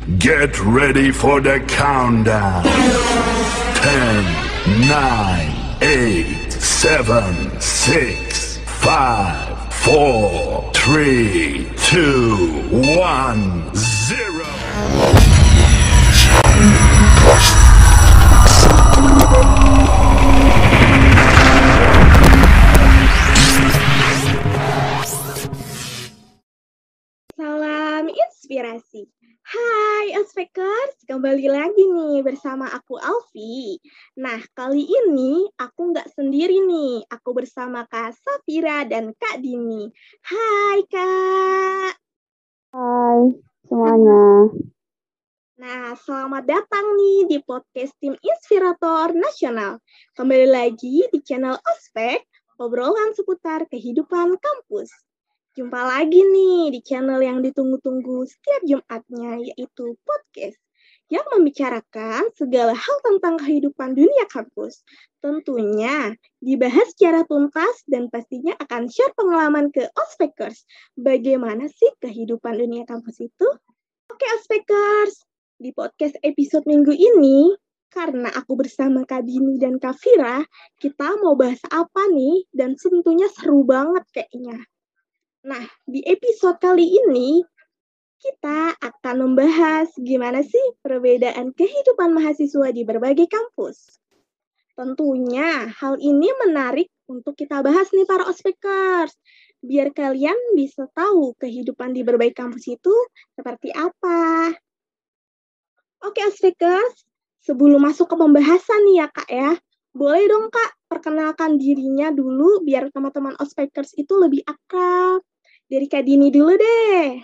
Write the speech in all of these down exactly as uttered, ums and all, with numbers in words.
Get ready for the countdown. ten, nine, eight, seven, six, five, four, three, two, one, zero. Salam inspirasi. Hai Ospekers, kembali lagi nih bersama aku Alfi. Nah, kali ini aku nggak sendiri nih, aku bersama Kak Safira dan Kak Dini. Hai Kak. Hai semuanya. Nah, selamat datang nih di podcast Tim Inspirator Nasional. Kembali lagi di channel Ospek, obrolan seputar kehidupan kampus. Jumpa lagi nih di channel yang ditunggu-tunggu setiap Jumatnya, yaitu podcast yang membicarakan segala hal tentang kehidupan dunia kampus. Tentunya dibahas secara tuntas dan pastinya akan share pengalaman ke Ospekers. Bagaimana sih kehidupan dunia kampus itu? Oke Ospekers, di podcast episode minggu ini, karena aku bersama Kak Dini dan Kak Fira, kita mau bahas apa nih? Dan tentunya seru banget kayaknya. Nah, di episode kali ini, kita akan membahas gimana sih perbedaan kehidupan mahasiswa di berbagai kampus. Tentunya, hal ini menarik untuk kita bahas nih para ospekers, biar kalian bisa tahu kehidupan di berbagai kampus itu seperti apa. Oke ospekers, sebelum masuk ke pembahasan nih ya Kak ya, boleh dong Kak perkenalkan dirinya dulu biar teman-teman ospekers itu lebih akrab. Dari Kak Dini dulu deh.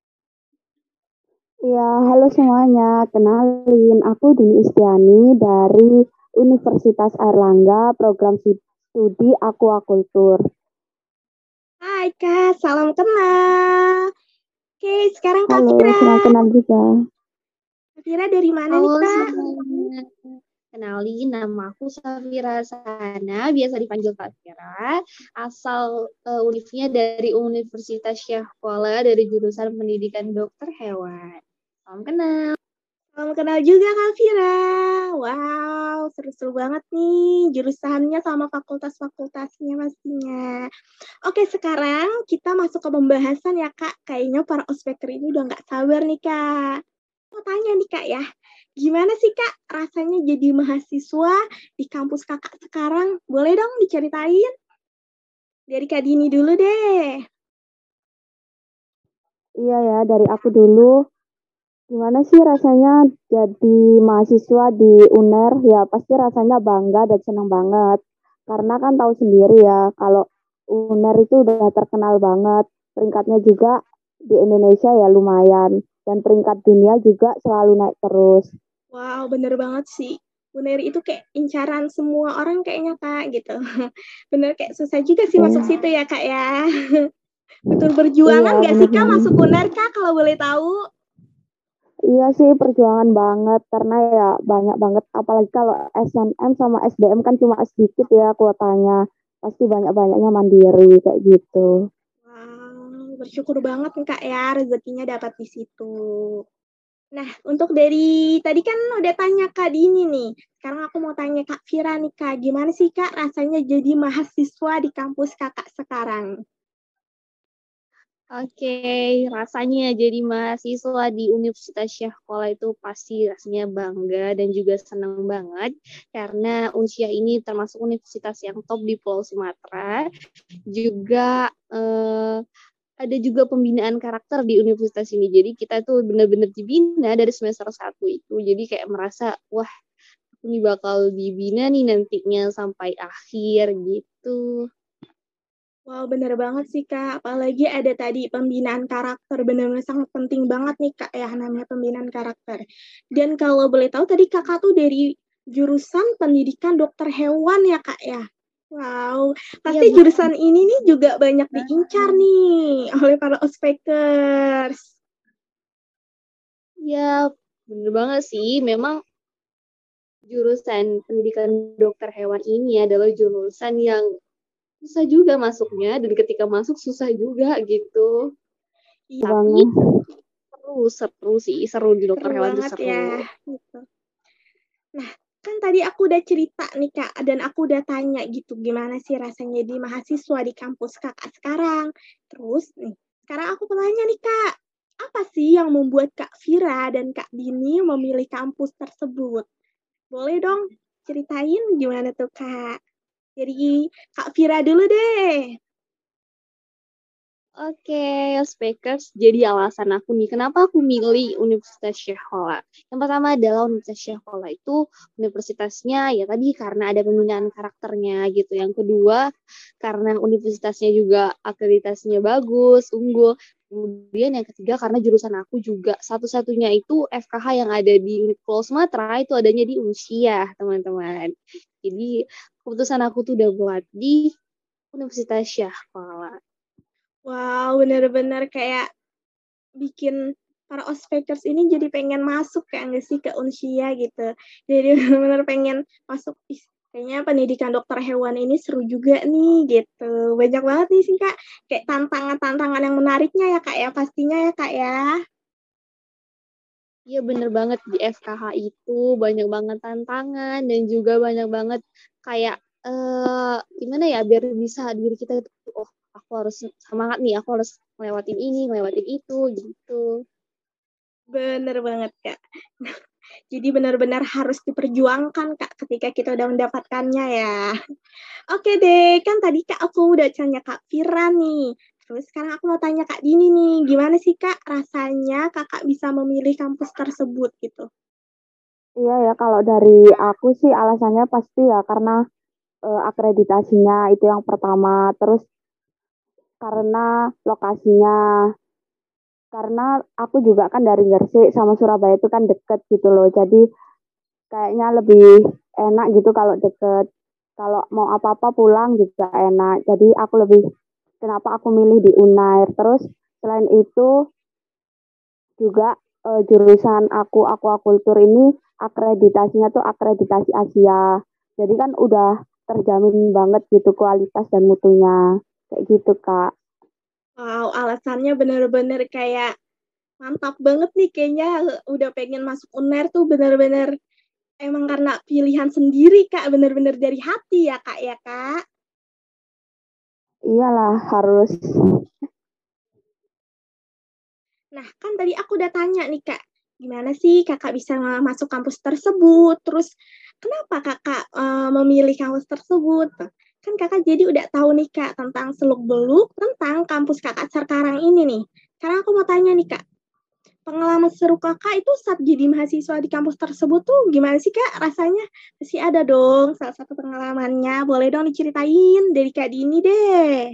Ya, halo semuanya. Kenalin, aku Dini Istiani dari Universitas Airlangga, program studi Aquaculture. Hai Kak, salam kenal. Oke, sekarang Kak Halo, Fira. salam kenal juga. Kak Fira dari mana Halo, nih Kak? semuanya. Kenalin, nama aku Safira Sana, biasa dipanggil Kak Fira. Asal uh, univnya dari Universitas Syahkuala dari jurusan Pendidikan Dokter Hewan. Salam kenal. Salam kenal juga Kak Fira. Wow, seru-seru banget nih jurusannya sama fakultas-fakultasnya pastinya. Oke, sekarang kita masuk ke pembahasan ya Kak. Kayaknya para ospeker ini udah nggak sabar nih Kak. Mau tanya nih Kak ya, gimana sih Kak rasanya jadi mahasiswa di kampus Kakak sekarang? Boleh dong diceritain? Dari Kak Dini dulu deh. Iya ya, dari aku dulu. Gimana sih rasanya jadi mahasiswa di U N E R? Ya pasti rasanya bangga dan senang banget. Karena kan tahu sendiri ya, kalau U N E R itu udah terkenal banget. Peringkatnya juga di Indonesia ya lumayan. Dan peringkat dunia juga selalu naik terus. Wow, bener banget sih. U N E R itu kayak incaran semua orang kayaknya Kak gitu. Bener kayak susah juga sih Iya. masuk situ ya Kak ya. Betul berjuangan Iya, nggak sih Kak bener-bener. masuk U N E R Kak kalau boleh tahu? Iya sih perjuangan banget karena ya banyak banget apalagi kalau S N M sama S B M kan cuma sedikit ya kuotanya. Pasti banyak-banyaknya mandiri kayak gitu. Wow, bersyukur banget nih Kak ya rezekinya dapat di situ. Nah, untuk dari tadi kan udah tanya Kak Dini nih. Sekarang aku mau tanya Kak Fira nih Kak, gimana sih Kak rasanya jadi mahasiswa di kampus Kakak sekarang? Oke, rasanya jadi mahasiswa di Universitas Syahkuala itu pasti rasanya bangga dan juga senang banget karena Unsia ini termasuk universitas yang top di Pulau Sumatera. Juga eh, ada juga pembinaan karakter di universitas ini. Jadi kita tuh benar-benar dibina dari semester satu itu. Jadi kayak merasa, wah ini bakal dibina nih nantinya sampai akhir gitu. Wow, bener banget sih Kak. Apalagi ada tadi pembinaan karakter. Bener-bener sangat penting banget nih Kak ya namanya pembinaan karakter. Dan kalau boleh tahu tadi Kakak tuh dari jurusan pendidikan dokter hewan ya Kak ya? Wow, pasti Iya, jurusan ini nih juga banyak diincar nih oleh para ospekers. Iya, bener banget sih. Memang jurusan pendidikan dokter hewan ini adalah jurusan yang susah juga masuknya dan ketika masuk susah juga gitu. Iya. Tapi Seru, seru sih, seru di dokter Seru hewan tuh banget seru. ya. Gitu. Nah, kan tadi aku udah cerita nih Kak, dan aku udah tanya gitu gimana sih rasanya di mahasiswa di kampus Kakak sekarang. Terus nih, sekarang aku mau tanya nih Kak, apa sih yang membuat Kak Vira dan Kak Dini memilih kampus tersebut? Boleh dong ceritain gimana tuh Kak? Jadi Kak Vira dulu deh. Oke, Speakers. Jadi alasan aku nih, kenapa aku milih Universitas Syekhola? Yang pertama adalah Universitas Syekhola itu universitasnya ya tadi karena ada pembinaan karakternya gitu. Yang kedua, karena universitasnya juga akreditasinya bagus, unggul. Kemudian yang ketiga karena jurusan aku juga satu-satunya itu F K H yang ada di Unit Pulau Sumatera itu adanya di Unsia, teman-teman. Jadi keputusan aku tuh udah buat di Universitas Syekhola. Wow, benar-benar kayak bikin para ospekers ini jadi pengen masuk kayak nggak sih ke Unsia gitu. Jadi benar-benar pengen masuk. Ih, kayaknya pendidikan dokter hewan ini seru juga nih gitu. Banyak banget nih sih Kak, kayak tantangan-tantangan yang menariknya ya Kak ya, pastinya ya Kak ya. Iya bener banget di F K H itu banyak banget tantangan dan juga banyak banget kayak eh gimana ya biar bisa diri kita itu oh aku harus semangat nih aku harus ngelewatin ini ngelewatin itu gitu. Bener banget Kak. Jadi benar-benar harus diperjuangkan Kak ketika kita udah mendapatkannya ya. Oke deh, kan tadi Kak aku udah tanya Kak Vira nih. Terus sekarang aku mau tanya Kak Dini nih, gimana sih Kak rasanya Kakak bisa memilih kampus tersebut gitu? Iya ya, kalau dari aku sih alasannya pasti ya karena eh, akreditasinya itu yang pertama, terus karena lokasinya, karena aku juga kan dari Gresik sama Surabaya itu kan deket gitu loh, jadi kayaknya lebih enak gitu kalau deket, kalau mau apa-apa pulang juga enak, jadi aku lebih, kenapa aku milih di Unair, terus selain itu juga eh, jurusan aku aquaculture ini akreditasinya tuh akreditasi Asia. Jadi kan udah terjamin banget gitu kualitas dan mutunya. Kayak gitu, Kak. Wow, alasannya bener-bener kayak mantap banget nih kayaknya udah pengen masuk UNER tuh bener-bener emang karena pilihan sendiri Kak, bener-bener dari hati ya Kak ya Kak. Iyalah harus. Nah, kan tadi aku udah tanya nih Kak, gimana sih Kakak bisa masuk kampus tersebut? Terus kenapa Kakak uh, memilih kampus tersebut? Kan Kakak jadi udah tahu nih Kak tentang seluk-beluk tentang kampus Kakak sekarang ini nih. Sekarang aku mau tanya nih Kak, pengalaman seru Kakak itu saat jadi mahasiswa di kampus tersebut tuh gimana sih Kak rasanya? Pasti ada dong salah satu pengalamannya. Boleh dong diceritain dari Kak Dini deh.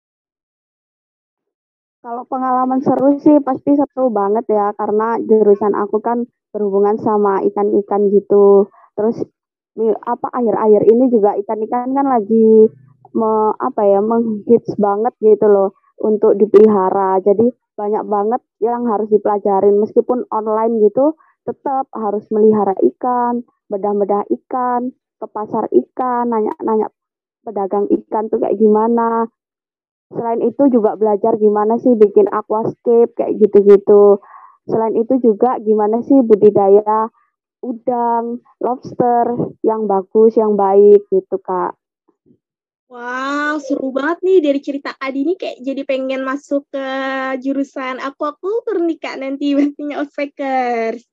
Kalau pengalaman seru sih pasti seru banget ya karena jurusan aku kan berhubungan sama ikan-ikan gitu. Terus mi- apa akhir-akhir ini juga ikan-ikan kan lagi me, apa ya menghits banget gitu loh untuk dipelihara. Jadi banyak banget yang harus dipelajarin meskipun online gitu tetap harus melihara ikan, bedah-bedah ikan, ke pasar ikan, nanya-nanya pedagang ikan tuh kayak gimana. Selain itu juga belajar gimana sih bikin aquascape kayak gitu-gitu. Selain itu juga gimana sih budidaya udang, lobster yang bagus, yang baik gitu, Kak. Wow, seru banget nih dari cerita Kak Dini kayak jadi pengen masuk ke jurusan aquaculture nih Kak nanti pastinya Ospekers.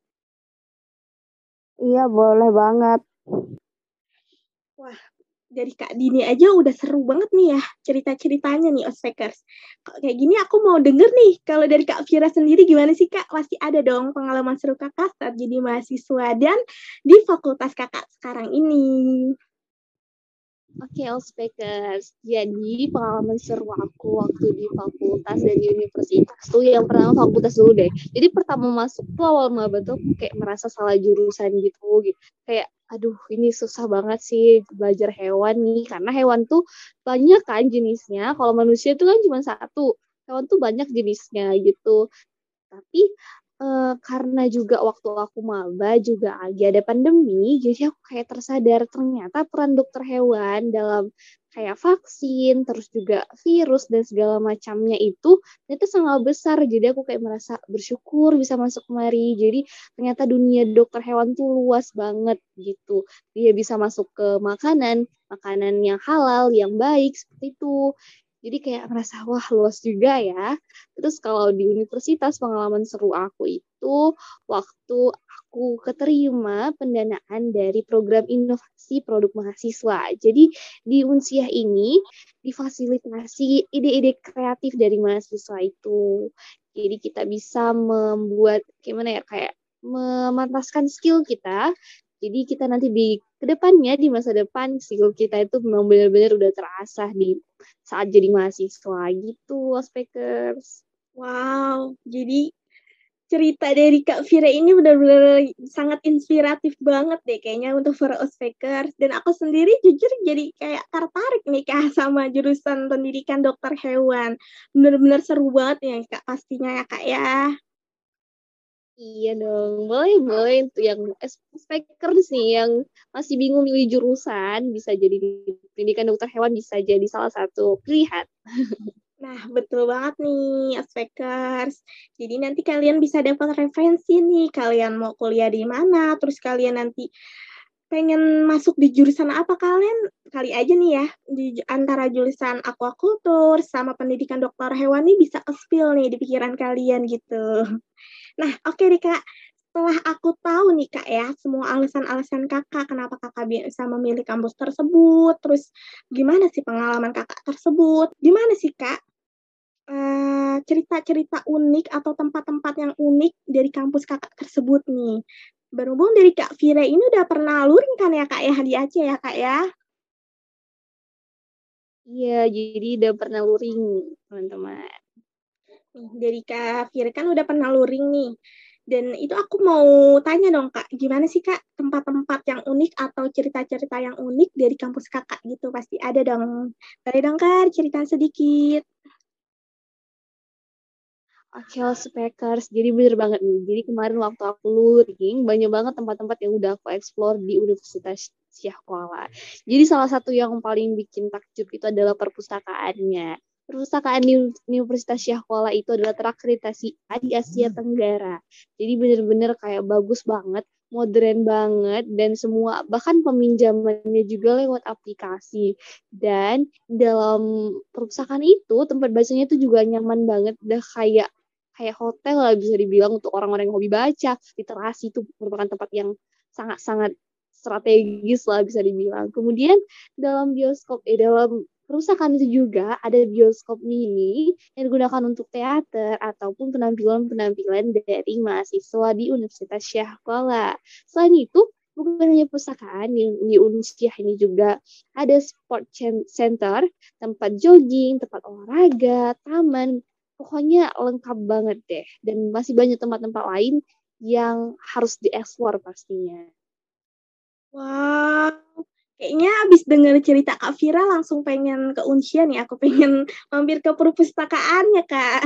Iya, boleh banget. Wah, dari Kak Dini aja udah seru banget nih ya cerita-ceritanya nih Ospekers. Kalau kayak gini aku mau denger nih, kalau dari Kak Vira sendiri gimana sih Kak? Pasti ada dong pengalaman seru Kakak saat jadi mahasiswa dan di fakultas Kakak sekarang ini. Oke, Ospekers. Jadi pengalaman seru aku waktu di fakultas dan di universitas tuh yang pertama fakultas dulu deh. Jadi pertama masuk tuh awal maba tuh aku kayak merasa salah jurusan gitu, gitu. Kayak aduh ini susah banget sih belajar hewan nih karena hewan tuh banyak kan jenisnya. Kalau manusia tuh kan cuma satu. Hewan tuh banyak jenisnya gitu. Tapi eh, karena juga waktu aku maba juga lagi ada pandemi, jadi aku kayak tersadar ternyata peran dokter hewan dalam kayak vaksin, terus juga virus dan segala macamnya itu itu sangat besar. Jadi aku kayak merasa bersyukur bisa masuk kemari. Jadi ternyata dunia dokter hewan tuh luas banget gitu. Dia bisa masuk ke makanan, makanan yang halal, yang baik seperti itu. Jadi kayak merasa wah luas juga ya. Terus kalau di universitas pengalaman seru aku itu waktu aku keterima pendanaan dari program inovasi produk mahasiswa. Jadi di Unsiah ini difasilitasi ide-ide kreatif dari mahasiswa itu. Jadi kita bisa membuat gimana ya kayak memantaskan skill kita. Jadi kita nanti di kedepannya di masa depan skill kita itu memang benar-benar udah terasah di saat jadi mahasiswa gitu, ospekers. Wow, jadi cerita dari Kak Vira ini benar-benar sangat inspiratif banget deh kayaknya untuk para ospekers. Dan aku sendiri jujur jadi kayak tertarik nih Kak sama jurusan pendidikan dokter hewan. Benar-benar seru banget ya Kak pastinya ya Kak ya. Iya dong, boleh boleh itu yang ospekers nih yang masih bingung milih jurusan bisa jadi pendidikan dokter hewan bisa jadi salah satu pilihan. Nah, betul banget nih, ospekers. Jadi nanti kalian bisa dapat referensi nih, kalian mau kuliah di mana, terus kalian nanti pengen masuk di jurusan apa kalian, kali aja nih ya, di antara jurusan aquaculture sama pendidikan dokter hewan nih bisa ke-spill nih di pikiran kalian gitu. Nah, oke deh Kak. Setelah aku tahu nih Kak ya, semua alasan-alasan Kakak kenapa Kakak bisa memilih kampus tersebut, terus gimana sih pengalaman Kakak tersebut, gimana sih Kak eh, cerita-cerita unik atau tempat-tempat yang unik dari kampus Kakak tersebut nih? Berhubung dari Kak Vira ini udah pernah luring kan ya Kak ya di Aceh ya Kak ya? Iya, jadi udah pernah luring, teman-teman. Nih, dari Kak Vira kan udah pernah luring nih. Dan itu aku mau tanya dong Kak, gimana sih Kak tempat-tempat yang unik atau cerita-cerita yang unik dari kampus Kakak gitu? Pasti ada dong. Boleh dong Kak cerita sedikit. Oke, Speakers. Jadi bener banget nih. Jadi kemarin waktu aku luring, banyak banget tempat-tempat yang udah aku explore di Universitas Syah Kuala. Jadi salah satu yang paling bikin takjub itu adalah perpustakaannya. Perpustakaan di Universitas Syah Kuala itu adalah terakreditasi A di Asia Tenggara. Jadi bener-bener kayak bagus banget, modern banget, dan semua, bahkan peminjamannya juga lewat aplikasi. Dan dalam perpustakaan itu, tempat bacanya itu juga nyaman banget, udah kayak kayak hotel lah bisa dibilang untuk orang-orang yang hobi baca. Literasi itu merupakan tempat yang sangat-sangat strategis lah bisa dibilang. Kemudian dalam bioskop, eh dalam perusahaan itu juga ada bioskop mini yang digunakan untuk teater ataupun penampilan-penampilan dari mahasiswa di Universitas Syah Kuala. Selain itu, bukan hanya perpustakaan, di, di Unsyah ini juga ada sport center, tempat jogging, tempat olahraga, taman, pokoknya lengkap banget deh. Dan masih banyak tempat-tempat lain yang harus dieksplor pastinya. Wow, kayaknya abis denger cerita Kak Vira langsung pengen ke Unsia nih. Aku pengen mampir ke perpustakaannya Kak.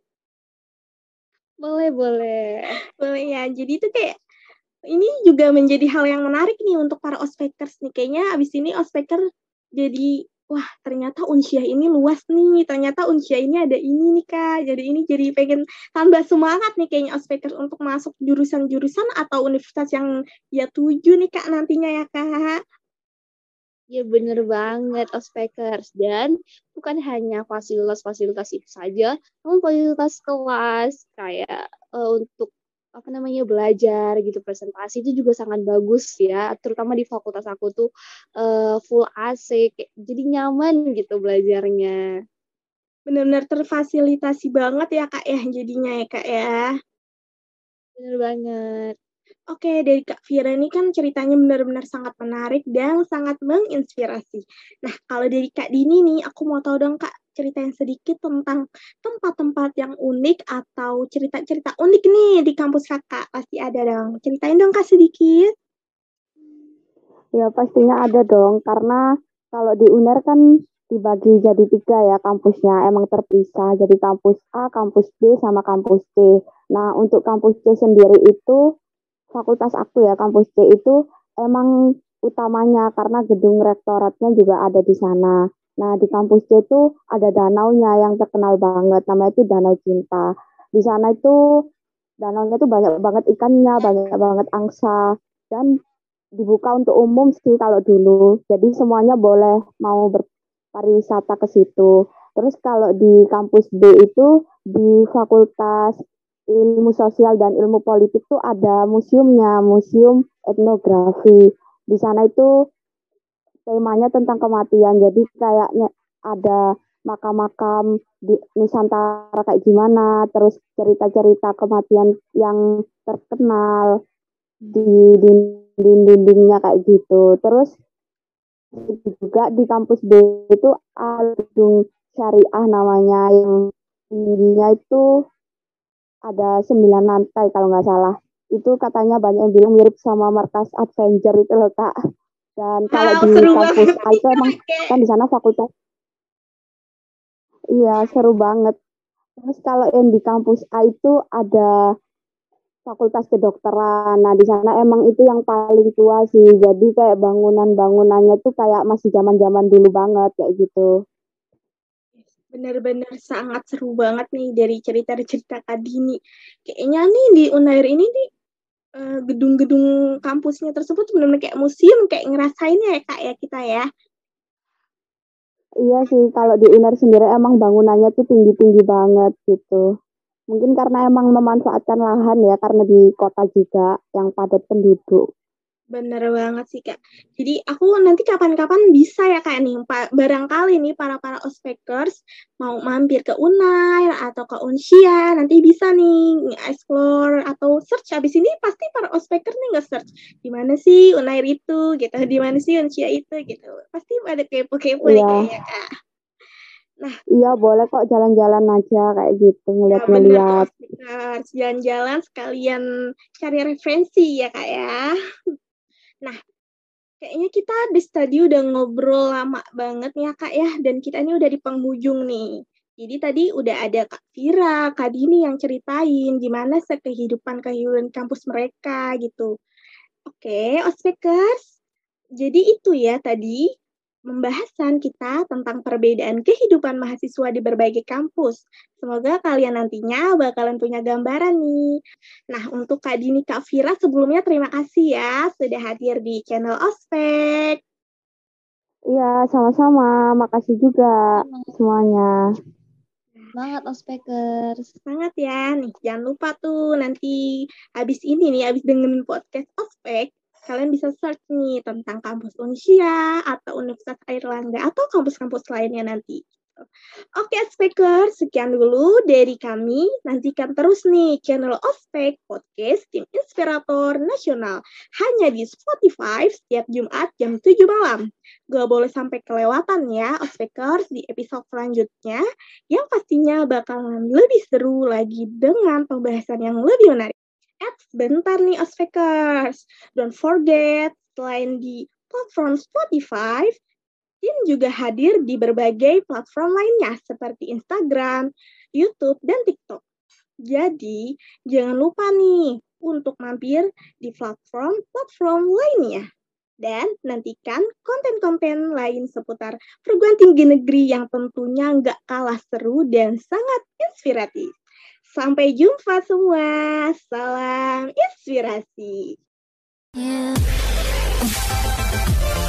Boleh, boleh. Boleh ya. Jadi itu kayak ini juga menjadi hal yang menarik nih untuk para ospekers nih. Kayaknya abis ini ospeker jadi wah ternyata Unsyah ini luas nih. Ternyata Unsyah ini ada ini nih Kak. Jadi ini jadi pengen tambah semangat nih kayaknya ospekers untuk masuk jurusan-jurusan atau universitas yang dia tuju nih Kak nantinya ya Kak. Ya bener banget, ospekers. Dan bukan hanya fasilitas-fasilitas itu saja, namun fasilitas kelas kayak uh, untuk apa namanya belajar gitu, presentasi itu juga sangat bagus ya, terutama di fakultas aku tuh uh, full A C, kayak, jadi nyaman gitu belajarnya. Benar-benar terfasilitasi banget ya Kak ya jadinya ya Kak ya. Bener banget. Oke, dari Kak Vira ini kan ceritanya benar-benar sangat menarik dan sangat menginspirasi. Nah, kalau dari Kak Dini nih, aku mau tahu dong Kak, cerita yang sedikit tentang tempat-tempat yang unik atau cerita-cerita unik nih di kampus Kakak. Pasti ada dong. Ceritain dong Kak sedikit. Ya pastinya ada dong, karena kalau di UNER kan dibagi jadi tiga ya kampusnya, emang terpisah. Jadi kampus A, kampus B, sama kampus C. Nah untuk kampus C sendiri itu, fakultas aku ya, kampus C itu emang utamanya karena gedung rektoratnya juga ada di sana. Nah, di kampus C itu ada danaunya yang terkenal banget, namanya itu Danau Cinta. Di sana itu danaunya tuh banyak banget ikannya, banyak banget angsa, dan dibuka untuk umum sih kalau dulu. Jadi semuanya boleh mau berpariwisata ke situ. Terus kalau di kampus B itu di Fakultas Ilmu Sosial dan Ilmu Politik tuh ada museumnya, Museum Etnografi. Di sana itu temanya tentang kematian. Jadi kayaknya ada makam-makam di Nusantara kayak gimana, terus cerita-cerita kematian yang terkenal di dinding-dindingnya kayak gitu. Terus juga di kampus B itu ada gedung syariah namanya yang tingginya itu ada sembilan lantai kalau nggak salah. Itu katanya banyak yang bilang mirip sama markas Avenger itu loh Kak. Dan kalau Wow, di seru kampus banget A nih itu emang kakek. kan di sana fakultas, iya seru banget. Terus kalau yang di kampus A itu ada fakultas kedokteran. Nah di sana emang itu yang paling tua sih. Jadi kayak bangunan-bangunannya tuh kayak masih zaman-zaman dulu banget kayak gitu. Bener-bener sangat seru banget nih dari cerita-cerita Kak Dini. Kayaknya nih di Unair ini nih eh, gedung-gedung kampusnya tersebut benar-benar kayak museum, kayak ngerasain ya Kak ya kita ya. Iya sih, kalau di UNER sendiri emang bangunannya tuh tinggi-tinggi banget gitu. Mungkin karena emang memanfaatkan lahan ya, karena di kota juga yang padat penduduk. Bener banget sih Kak. Jadi aku nanti kapan-kapan bisa ya Kak nih, pa- barangkali nih para-para ospekers mau mampir ke Unair atau ke Unsia, nanti bisa nih explore atau search. Habis ini pasti para ospeker nih nge-search di mana sih Unair itu gitu, di mana sih Unsia itu gitu. Pasti ada kepo-kepo nih Iya, kayaknya Kak. Nah, iya boleh kok jalan-jalan aja kayak gitu, ya bener tuh ngeliat-ngeliat. ospekers, jalan-jalan sekalian cari referensi ya Kak ya. Nah, kayaknya kita di studio udah ngobrol lama banget ya Kak ya, dan kita ini udah di penghujung nih. Jadi tadi udah ada Kak Vira, Kak Dini yang ceritain gimana kehidupan-kehidupan kampus mereka gitu. Oke, ospekers. Jadi itu ya tadi pembahasan kita tentang perbedaan kehidupan mahasiswa di berbagai kampus. Semoga kalian nantinya bakalan punya gambaran nih. Nah, untuk Kak Dini, Kak Vira sebelumnya terima kasih ya sudah hadir di channel Ospek. Iya, sama-sama. Makasih juga semuanya. Semangat ospekers. Semangat ya. Nih, jangan lupa tuh nanti habis ini nih, habis dengerin podcast Ospek, kalian bisa search nih tentang kampus Unsia atau Universitas Airlangga atau kampus-kampus lainnya nanti. Oke, Ospeker, sekian dulu dari kami. Nantikan terus nih channel Ospek Podcast Tim Inspirator Nasional. Hanya di Spotify setiap Jumat jam tujuh malam. Gak boleh sampai kelewatan ya, Ospekers, di episode selanjutnya. Yang pastinya bakalan lebih seru lagi dengan pembahasan yang lebih menarik. Eh, bentar nih, Ospekers. Don't forget, selain di platform Spotify, Tim juga hadir di berbagai platform lainnya seperti Instagram, YouTube, dan TikTok. Jadi, jangan lupa nih untuk mampir di platform-platform lainnya. Dan nantikan konten-konten lain seputar perguruan tinggi negeri yang tentunya nggak kalah seru dan sangat inspiratif. Sampai jumpa semua. Salam inspirasi. Yeah.